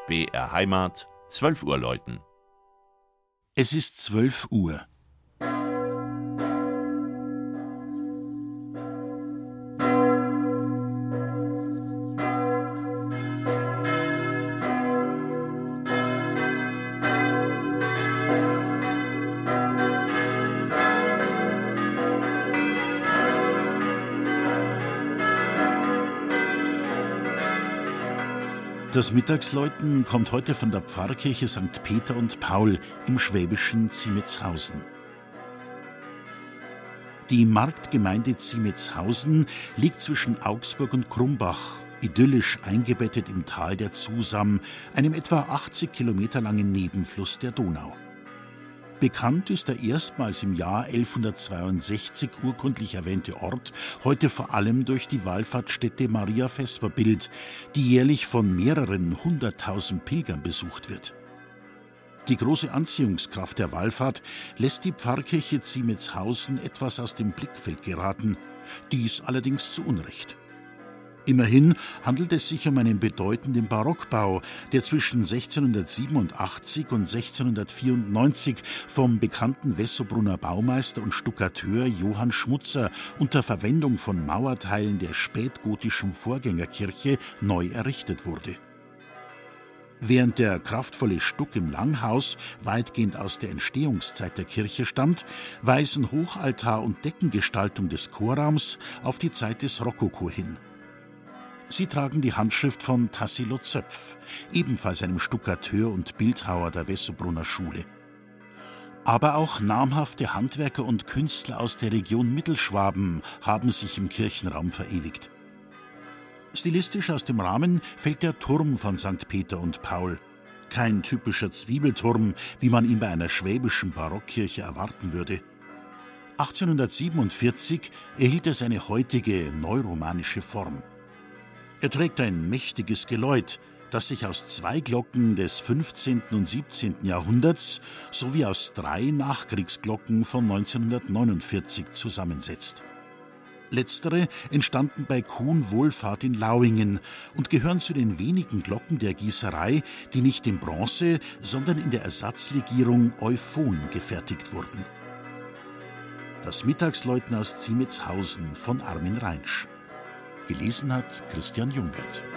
BR Heimat, 12 Uhr läuten. Es ist 12 Uhr. Das Mittagsläuten kommt heute von der Pfarrkirche St. Peter und Paul im schwäbischen Zimetshausen. Die Marktgemeinde Zimetshausen liegt zwischen Augsburg und Krumbach, idyllisch eingebettet im Tal der Zusam, einem etwa 80 Kilometer langen Nebenfluss der Donau. Bekannt ist der erstmals im Jahr 1162 urkundlich erwähnte Ort heute vor allem durch die Wallfahrtsstätte Maria Vesperbild, die jährlich von mehreren 100.000 Pilgern besucht wird. Die große Anziehungskraft der Wallfahrt lässt die Pfarrkirche Zimetshausen etwas aus dem Blickfeld geraten, dies allerdings zu Unrecht. Immerhin handelt es sich um einen bedeutenden Barockbau, der zwischen 1687 und 1694 vom bekannten Wessobrunner Baumeister und Stuckateur Johann Schmutzer unter Verwendung von Mauerteilen der spätgotischen Vorgängerkirche neu errichtet wurde. Während der kraftvolle Stuck im Langhaus weitgehend aus der Entstehungszeit der Kirche stammt, weisen Hochaltar und Deckengestaltung des Chorraums auf die Zeit des Rokoko hin. Sie tragen die Handschrift von Tassilo Zöpf, ebenfalls einem Stuckateur und Bildhauer der Wessobrunner Schule. Aber auch namhafte Handwerker und Künstler aus der Region Mittelschwaben haben sich im Kirchenraum verewigt. Stilistisch aus dem Rahmen fällt der Turm von St. Peter und Paul. Kein typischer Zwiebelturm, wie man ihn bei einer schwäbischen Barockkirche erwarten würde. 1847 erhielt er seine heutige neuromanische Form. Er trägt ein mächtiges Geläut, das sich aus 2 Glocken des 15. und 17. Jahrhunderts sowie aus 3 Nachkriegsglocken von 1949 zusammensetzt. Letztere entstanden bei Kuhn Wohlfahrt in Lauingen und gehören zu den wenigen Glocken der Gießerei, die nicht in Bronze, sondern in der Ersatzlegierung Euphon gefertigt wurden. Das Mittagsläuten aus Zimetshausen von Armin Reinsch. Gelesen hat Christian Jungwirth.